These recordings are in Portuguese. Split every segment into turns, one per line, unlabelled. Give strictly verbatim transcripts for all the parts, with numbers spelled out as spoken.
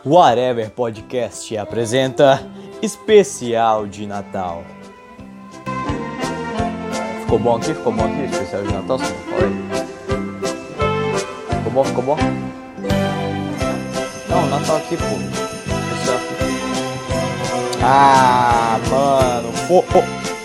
Whatever Podcast apresenta Especial de Natal. Ficou bom aqui? Ficou bom aqui? Especial de Natal? Você não falei? Ficou bom? Ficou bom? Não, Natal aqui, pô. Especial aqui. Ah, mano. Pô, pô.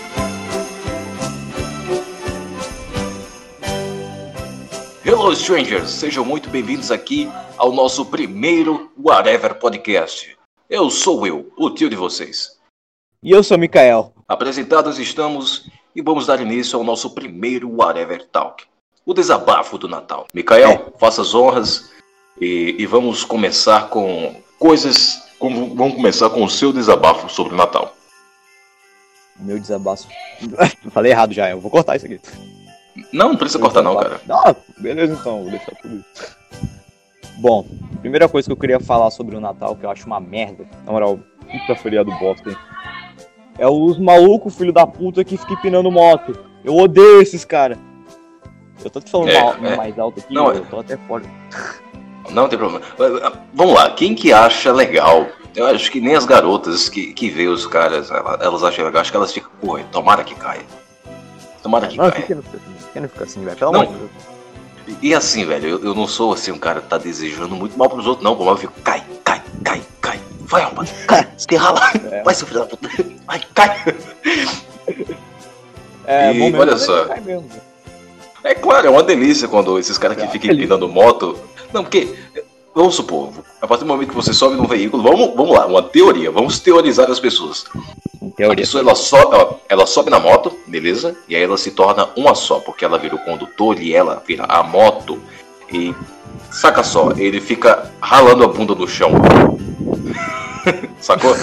Hello, strangers! Sejam muito bem-vindos aqui ao nosso primeiro Whatever Podcast. Eu sou eu, o tio de vocês.
E eu sou o Mikael.
Apresentados estamos e vamos dar início ao nosso primeiro Whatever Talk. O desabafo do Natal. Mikael, é. faça as honras e, e vamos começar com coisas... Com, vamos começar com o seu desabafo sobre o Natal.
Meu desabafo... Falei errado já, eu vou cortar isso aqui.
Não, não precisa cortar não, cara.
Não, beleza então, vou deixar tudo isso. Bom, primeira coisa que eu queria falar sobre o Natal, que eu acho uma merda, na moral, puta feriado bosta, hein? É os malucos, filho da puta, que ficam empinando moto. Eu odeio esses caras. Eu tô te falando
é,
mal,
é.
mais alto aqui,
não,
eu tô até fora.
Não tem problema. Vamos lá, quem que acha legal? Eu acho que nem as garotas que, que vê os caras, elas acham legal, acho que elas ficam, pô, tomara que caia. Tomara que
não,
caia.
Que não, que não fica assim, velho? Pelo amor de Deus.
E assim, velho, eu, eu não sou assim um cara que tá desejando muito mal pros outros, não. Como eu fico, cai, cai, cai, cai. Vai, rapaz, cai, se rala. É. Vai, seu filho da puta. Vai, cai.
É,
e
bom
olha só.
Cai mesmo,
é claro, é uma delícia quando esses caras que ficam empinando moto. Não, porque, vamos supor, a partir do momento que você sobe num veículo, vamos, vamos lá, uma teoria, vamos teorizar as pessoas.
Teoria.
A pessoa, ela, so, ela, ela sobe na moto, beleza? E aí ela se torna uma só, porque ela vira o condutor e ela vira a moto. E, saca só, ele fica ralando a bunda no chão. Sacou?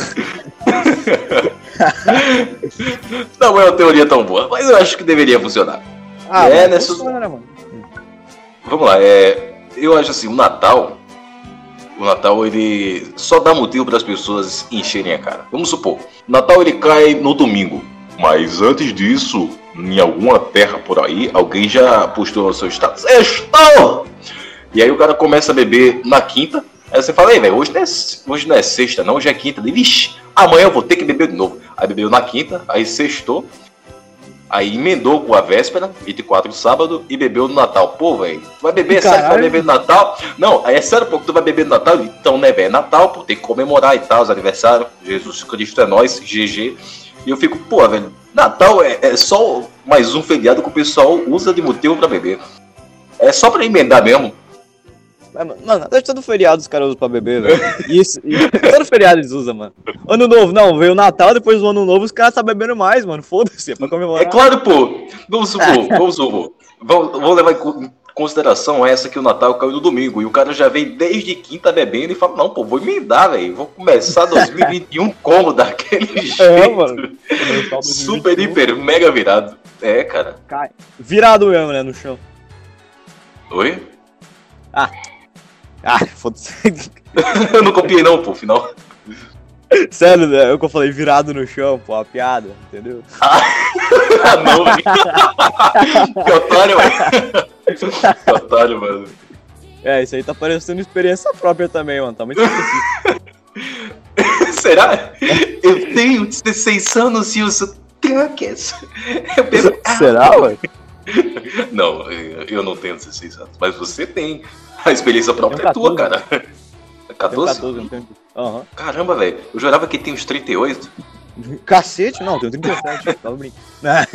Não é uma teoria tão boa, mas eu acho que deveria funcionar.
Ah,
é,
mas
nessa...
funciona, mano.
Vamos lá, é... eu acho assim, o Natal... O Natal, ele só dá motivo para as pessoas encherem a cara. Vamos supor, o Natal ele cai no domingo. Mas antes disso, em alguma terra por aí, alguém já postou no seu status. Estou! E aí o cara começa a beber na quinta. Aí você fala, ei, velho, hoje, é, hoje não é sexta não, hoje é quinta. Vixe, amanhã eu vou ter que beber de novo. Aí bebeu na quinta, aí sextou. Aí emendou com a véspera, vinte e quatro sábado, e bebeu no Natal. Pô, velho, tu vai beber, é sério que vai beber no Natal? Não, aí é sério, pô, que tu vai beber no Natal? Então, né, velho, é Natal, pô, tem que comemorar e tal, os aniversários, Jesus Cristo é nós, G G. E eu fico, pô, velho, Natal é, é só mais um feriado que o pessoal usa de motivo pra beber. É só pra emendar mesmo.
Mano, até todo feriado os caras usam pra beber, velho. Isso, isso, todo feriado eles usam, mano. Ano novo, não, veio o Natal, depois do ano novo os caras estão bebendo mais, mano. Foda-se, é pra comemorar.
É claro, pô. Vamos supor, vamos supor. Vamos levar em consideração essa que o Natal caiu no domingo. E o cara já vem desde quinta bebendo e fala, não, pô, vou emendar, velho. Vou começar dois mil e vinte e um como daquele jeito. É, mano. Super, hiper, mega virado. É, cara.
Cai. Virado mesmo, né, no chão.
Oi?
Ah. Ah, foda-se.
Eu não copiei não, pô, final.
Sério, né? Eu que eu falei virado no chão, pô, a piada, entendeu?
Ah, não, que otário, mano. Que otário, mano.
É, isso aí tá parecendo experiência própria também, mano, tá muito específico.
Será? Eu tenho dezesseis anos e uso truques. Eu bebo...
Será, mano?
Não, eu não tenho dezesseis anos, mas você tem. A experiência própria é tua, cara. catorze? catorze, não tenho... uhum. Caramba, velho. Eu jurava que tem uns trinta e oito.
Cacete, não, tenho trinta e sete. Tava brincando.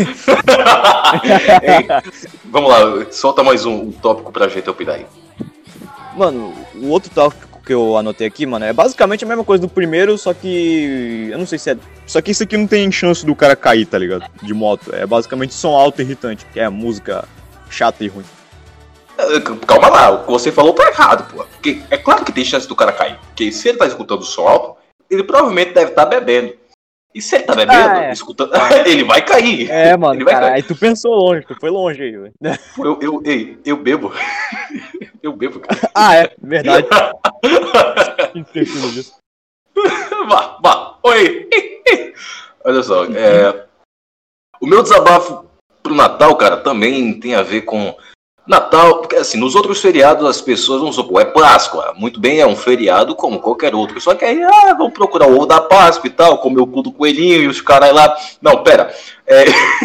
Ei, vamos lá, solta mais um, um tópico pra gente opinar aí.
Mano, o outro tópico que eu anotei aqui, mano, é basicamente a mesma coisa do primeiro, só que... Eu não sei se é... Só que isso aqui não tem chance do cara cair, tá ligado? De moto. É basicamente som alto e irritante, que é música chata e ruim.
Calma lá, o que você falou tá errado, pô. Porque é claro que tem chance do cara cair. Porque se ele tá escutando o som alto, ele provavelmente deve estar tá bebendo. E se ele tá bebendo, ah, é. escutando, ele vai cair.
É, mano, cara, aí tu pensou longe, tu foi longe aí, velho.
Eu, eu, ei, eu bebo. Eu bebo, cara.
Ah, é, verdade.
Vá, vá, oi. Olha só, é... o meu desabafo pro Natal, cara, também tem a ver com Natal, porque assim, nos outros feriados as pessoas, vamos supor, é Páscoa, muito bem, é um feriado como qualquer outro, só que aí, ah, vamos procurar o ovo da Páscoa e tal, comer o cu do coelhinho e os caras lá, não, pera, é...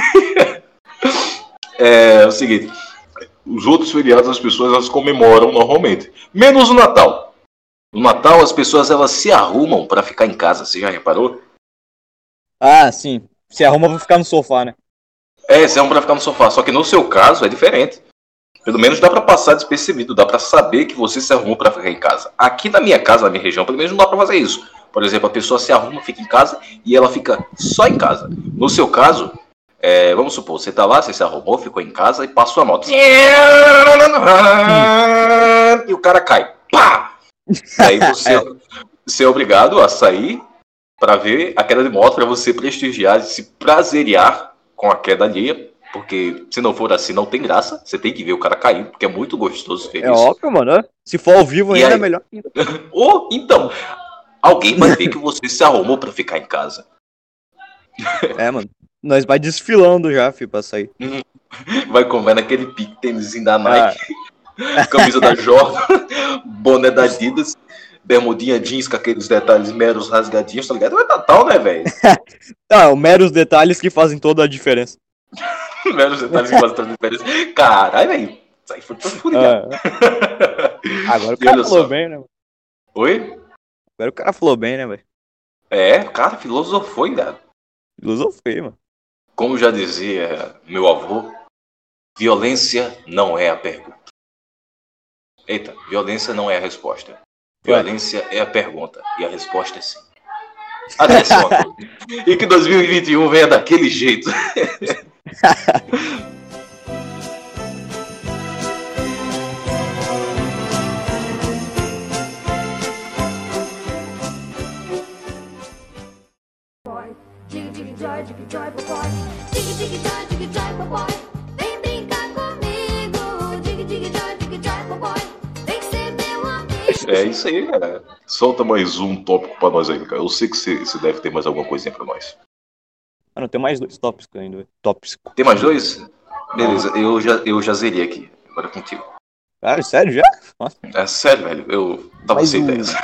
é o seguinte, os outros feriados as pessoas elas comemoram normalmente, menos o Natal. No Natal as pessoas elas se arrumam pra ficar em casa, você já reparou?
Ah, sim. Se arruma pra ficar no sofá, né?
É, se arruma pra ficar no sofá, só que no seu caso é diferente. Pelo menos dá pra passar despercebido, dá pra saber que você se arrumou pra ficar em casa. Aqui na minha casa, na minha região, pelo menos não dá pra fazer isso. Por exemplo, a pessoa se arruma, fica em casa e ela fica só em casa. No seu caso, é, vamos supor, você tá lá, você se arrumou, ficou em casa e passou a moto. E o cara cai. Pá! Aí você, você é obrigado a sair pra ver a queda de moto, pra você prestigiar e se prazerear com a queda alheia. Porque se não for assim, não tem graça. Você tem que ver o cara caindo, porque é muito gostoso ver
É
isso.
óbvio, mano. Né? Se for ao vivo
E
ainda
aí?
é melhor ainda.
Ou, então, alguém vai ver que você se arrumou pra ficar em casa.
É, mano. Nós vai desfilando já, filho, pra sair.
Vai comer naquele pique tênisinho da Nike, camisa da Jordan, boné da Adidas, bermudinha jeans com aqueles detalhes meros rasgadinhos, tá ligado? É Natal, né, velho?
Tá, meros detalhes que fazem toda a diferença.
Meros detalhes que fazem toda a diferença. Caralho, velho. Isso aí foi tudo ligado.
Ah. Agora o
E
cara
olha
falou
só.
bem, né? Mano?
Oi?
Agora o cara falou bem, né, velho?
É, cara, filosofou, ainda.
Filosofia, mano.
Como já dizia meu avô, violência não é a pergunta. Eita, violência não é a resposta. Violência é a pergunta. E a resposta é sim. Atenção, e que dois mil e vinte e um venha daquele jeito.
Dig, dig, joy, dig, joy, papai. Dig, dig, joy, dig, joy, papai. Vem brincar comigo. Dig, dig, joy, dig, joy, papai. Vem ser meu amigo.
É isso aí, cara. Solta mais um tópico pra nós aí, cara. Eu sei que você, você deve ter mais alguma coisinha pra nós.
Mano, tem mais dois tópicos ainda, velho. Tópicos.
Tem mais dois? Beleza, eu já, eu já zerei aqui. Agora é contigo.
Cara, sério já? Nossa.
É sério, velho. Eu tava
Mas
sem
o-
ideia.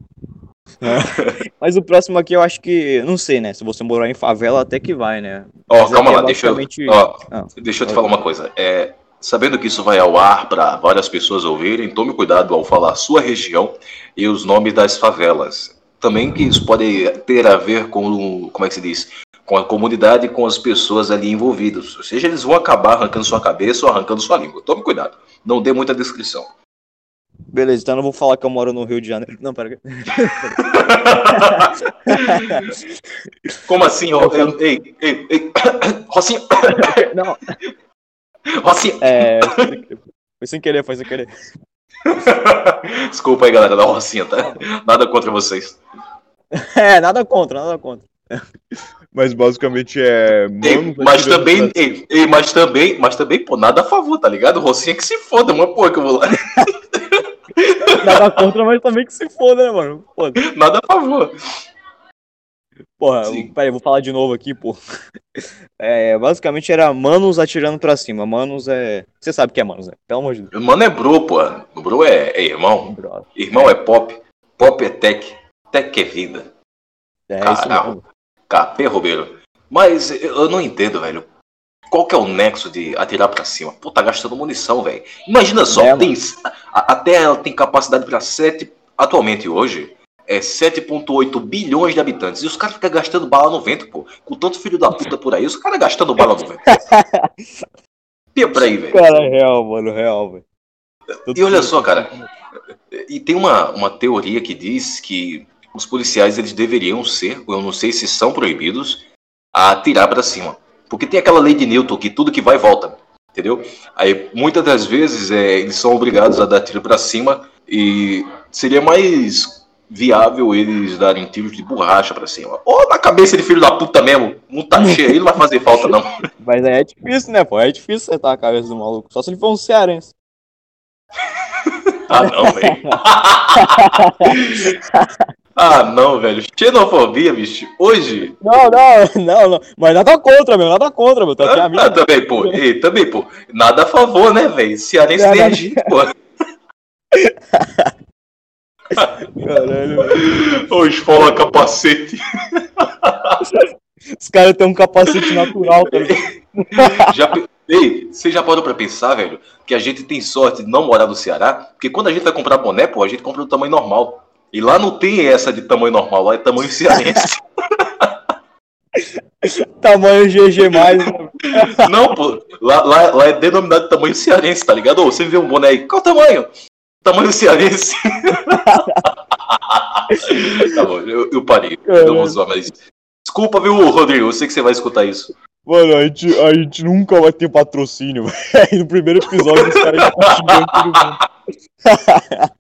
Mas o próximo aqui eu acho que. Não sei, né? Se você morar em favela, até que vai, né?
Ó,
Mas
calma
aqui é
lá, deixa eu,
basicamente-
ó,
Ah.
deixa eu te falar uma coisa. É, sabendo que isso vai ao ar para várias pessoas ouvirem, tome cuidado ao falar sua região e os nomes das favelas. Também que isso pode ter a ver com, o- como é que se diz? Com a comunidade e com as pessoas ali envolvidas. Ou seja, eles vão acabar arrancando sua cabeça ou arrancando sua língua. Tome cuidado. Não dê muita descrição.
Beleza, então eu não vou falar que eu moro no Rio de Janeiro. Não, pera.
Como assim, Ro... Ei, ei, ei. Rocinha,
Não,
Rocinha.
é. Foi sem querer, foi sem querer.
Desculpa aí, galera da Rocinha, tá? Nada contra vocês.
É, nada contra, nada contra. Mas basicamente é.
Ei, mas também, ei, ei, mas também, mas também, pô, nada a favor, tá ligado? Rocinha que se foda, mas pô, que eu vou lá.
Nada contra, mas também que se foda, né, mano? Foda.
Nada a favor.
Porra,
Sim.
peraí, eu vou falar de novo aqui, pô. É, basicamente era manos atirando pra cima. Manos é. Você sabe o que é manos, né? Pelo amor de Deus.
Mano é bro, pô. Bro é, é irmão.
Brother.
Irmão é pop. Pop é tech. Tech é vida.
É isso
Caralho.
mesmo.
Capê, Robeiro. Mas eu eu não entendo, velho. Qual que é o nexo de atirar pra cima? Pô, tá gastando munição, velho. Imagina só,
É,
tem, a, a Terra tem capacidade pra sete. Atualmente hoje, é sete vírgula oito bilhões de habitantes. E os caras ficam gastando bala no vento, pô. Com tanto filho da puta por aí, os caras gastando bala no vento. Pia pra aí, velho.
Cara, é real, mano, real, velho.
E olha só, cara. E tem uma, uma teoria que diz que os policiais eles deveriam ser, eu não sei se são proibidos, a atirar pra cima. Porque tem aquela lei de Newton que tudo que vai volta, entendeu? Aí muitas das vezes é, eles são obrigados a dar tiro pra cima e seria mais viável eles darem tiros de borracha pra cima. Ou na cabeça de filho da puta mesmo, não tá cheio aí, não vai fazer falta não.
Mas aí é difícil, né, pô? É difícil acertar a cabeça do maluco. Só se ele for um cearense.
Ah não, velho. Ah, não, velho. Xenofobia, bicho. Hoje.
Não, não, não, não. Mas nada contra, meu. Nada contra, meu. Tá aqui a minha.
Ah, também, pô. E, também, pô. Nada a favor, né, velho? Cearense
Não,
tem
nada-
gente, pô.
Caralho, velho.
Ô, esfola capacete.
Os caras têm um capacete natural, tá ligado?
Já, pe- Ei, você já parou pra pensar, velho, que a gente tem sorte de não morar no Ceará? Porque quando a gente vai comprar boné, pô, a gente compra do tamanho normal. E lá não tem essa de tamanho normal, lá é tamanho cearense.
Tamanho G G mais, né?
Não, pô, lá, lá, lá é denominado de tamanho cearense, tá ligado? Ô, você vê um boné aí, qual o tamanho? Tamanho cearense. Tá bom, eu, eu parei. Eu não vou zoar mais. Desculpa, viu, Rodrigo? Eu sei que você vai escutar isso.
Mano, a gente, a gente nunca vai ter patrocínio, velho. No primeiro episódio, os caras já estão xingando todo mundo.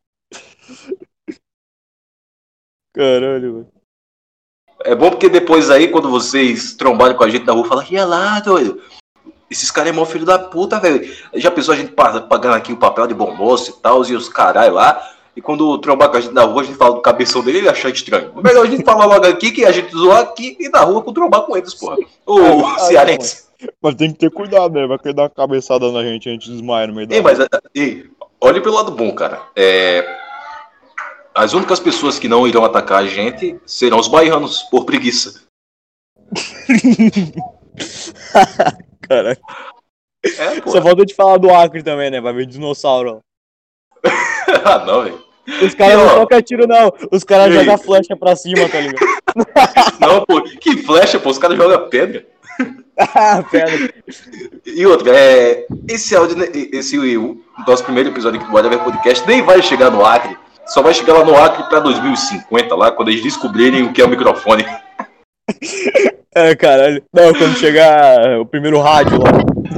Caralho, velho.
É bom porque depois aí, quando vocês trombarem com a gente na rua, falam, e é lá, doido. Esses caras é mó filho da puta, velho. Já pensou a gente pa- pagando aqui o papel de bom moço e tal, e os caralho lá. E quando trombar com a gente na rua, a gente fala do cabeção dele, ele achar estranho. É melhor a gente falar logo aqui que a gente zoar aqui e na rua com trombar com eles, porra. Ô,
Ai,
cearense.
Mas tem que ter cuidado, né? Vai querer dar uma cabeçada na gente, a gente desmaia no meio da
Ei, mas ei, olhe pelo lado bom, cara. É, as únicas pessoas que não irão atacar a gente serão os baianos, por preguiça.
Caralho.
É, pô.
Só falta de falar do Acre também, né? Vai ver dinossauro.
Ah, não, velho.
Os caras
E,
não
ó,
tocam tiro, não. Os caras
Ei.
jogam flecha pra cima, tá ligado?
Não, pô. Que flecha, pô. Os caras jogam pedra.
Ah, pedra.
E outra, é, esse áudio, né, esse o nosso primeiro episódio aqui do Whatever Podcast nem vai chegar no Acre. Só vai chegar lá no Acre pra dois mil e cinquenta, lá, quando eles descobrirem o que é o microfone.
É, caralho. Não, quando chegar o primeiro rádio lá.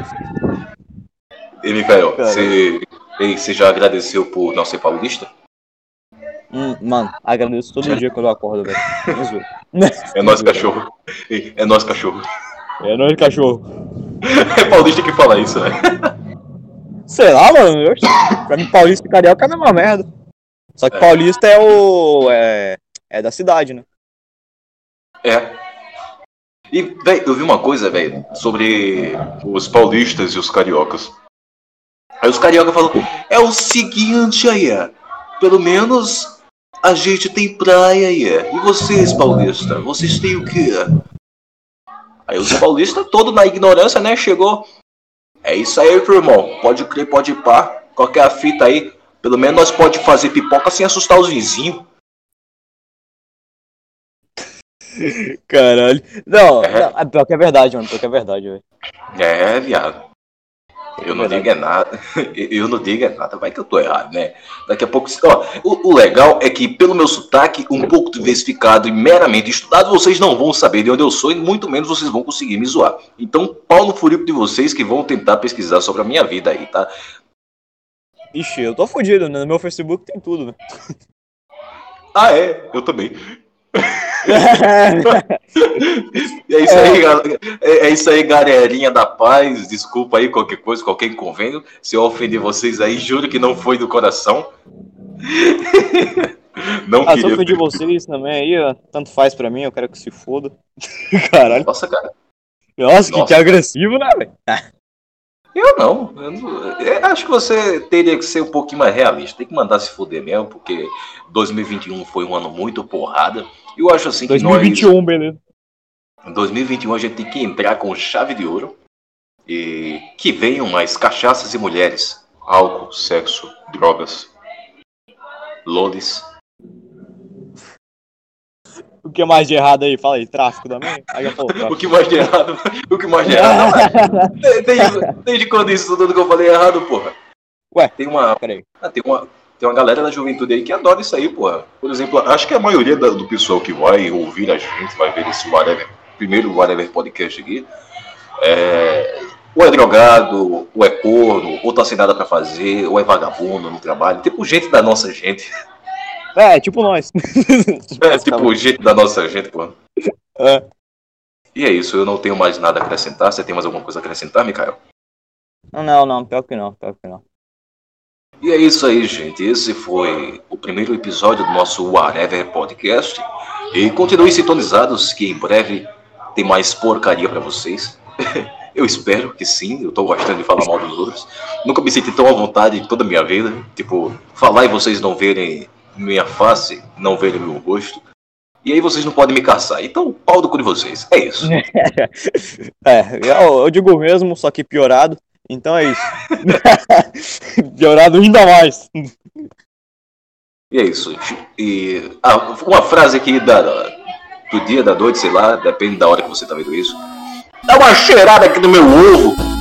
E, Micael,
Cara.
você, ei, você já agradeceu por não ser paulista?
Hum, mano, agradeço todo dia quando eu acordo, velho. Isso.
É nós, cachorro. Ei, é nós, cachorro.
É nóis, cachorro.
É paulista que fala isso, né?
Sei lá, mano. Eu... Pra mim, paulista e carioca é a mesma merda. Só que
É.
paulista é o. É, é da cidade, né?
É. E, velho, eu vi uma coisa, velho, sobre os paulistas e os cariocas. Aí os cariocas falam, é o seguinte aí, é, pelo menos a gente tem praia aí, é. E vocês, paulistas, vocês têm o quê? Aí os paulistas, todo na ignorância, né, chegou. É isso aí, meu irmão, pode crer, pode ir pá, qualquer fita aí, pelo menos nós pode fazer pipoca sem assustar os vizinhos.
Caralho. Não,
É.
não, é pior que é verdade, mano. Pior que é verdade, velho.
É, viado. Eu não digo é nada. Eu não digo é nada. Vai que eu tô errado, né? Daqui a pouco. Ó, o, o legal é que, pelo meu sotaque, um pouco diversificado e meramente estudado, vocês não vão saber de onde eu sou e muito menos vocês vão conseguir me zoar. Então, pau no furico de vocês que vão tentar pesquisar sobre a minha vida aí, tá?
Ixi, eu tô fudido, né? No meu Facebook tem tudo, velho.
Ah, é? Eu também. É isso aí, galera. É é isso aí, galerinha da paz. Desculpa aí qualquer coisa, qualquer inconvênio. Se eu ofendi vocês aí, juro que não foi do coração. Não
Ah, só
queria.
de vocês também aí, ó. Tanto faz pra mim, eu quero que se foda. Caralho.
Nossa, cara.
Nossa, que
Nossa.
que agressivo, né, velho?
Eu não. Eu não- eu acho que você teria que ser um pouquinho mais realista. Tem que mandar se foder mesmo, porque dois mil e vinte e um foi um ano muito porrada. Eu acho assim que
dois mil e vinte e um, beleza.
nós, em dois mil e vinte e um, a gente tem que entrar com chave de ouro. E que venham mais cachaças e mulheres. Álcool, sexo, drogas, lodes.
O que é mais de errado aí? Fala aí, tráfico também? Aí já falou,
O
tráfico.
que mais de errado? O que mais de errado? Desde, desde quando isso tudo que eu falei é errado, porra?
Ué,
Tem uma,
peraí.
ah, tem uma, tem uma galera da juventude aí que adora isso aí, porra. Por exemplo, acho que a maioria da- do pessoal que vai ouvir a gente, vai ver esse Whatever, primeiro Whatever Podcast aqui, é, ou é drogado, ou é corno, ou tá sem nada pra fazer, ou é vagabundo no trabalho. Tipo gente da nossa gente.
É, tipo nós.
É, tipo gente da nossa gente, porra.
É.
E é isso, eu não tenho mais nada a acrescentar. Você tem mais alguma coisa a acrescentar, Mikael?
Não, não, não, pior que não, pior que não.
E é isso aí, gente. Esse foi o primeiro episódio do nosso Whatever Podcast. E continuem sintonizados que em breve tem mais porcaria pra vocês. Eu espero que sim, eu tô gostando de falar mal dos outros. Nunca me senti tão à vontade em toda a minha vida. Tipo, falar e vocês não verem minha face, não verem meu rosto. E aí vocês não podem me caçar. Então, pau do cu de vocês. É isso.
É, eu, eu digo mesmo, só que piorado. Então é isso. Piorado ainda mais.
E é isso. E ah, uma frase aqui da, do dia, da noite, sei lá, depende da hora que você tá vendo isso. Dá uma cheirada aqui no meu ovo.